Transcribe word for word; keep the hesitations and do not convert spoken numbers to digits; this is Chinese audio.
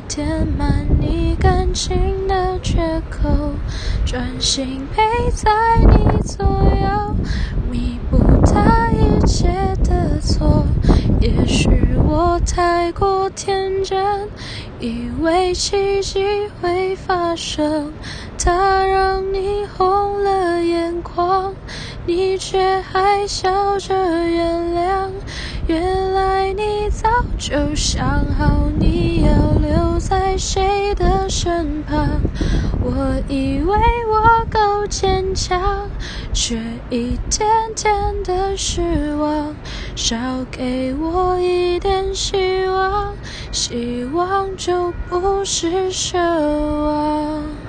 填满你感情的缺口，专心陪在你左右，弥补他一切的错。也许我太过天真，以为奇迹会发生，它让你红了眼眶，你却还笑着原谅。原来你早就想好你要留在谁的身旁，我以为我够坚强，却一点点的失望。少给我一点希望，希望就不是奢望。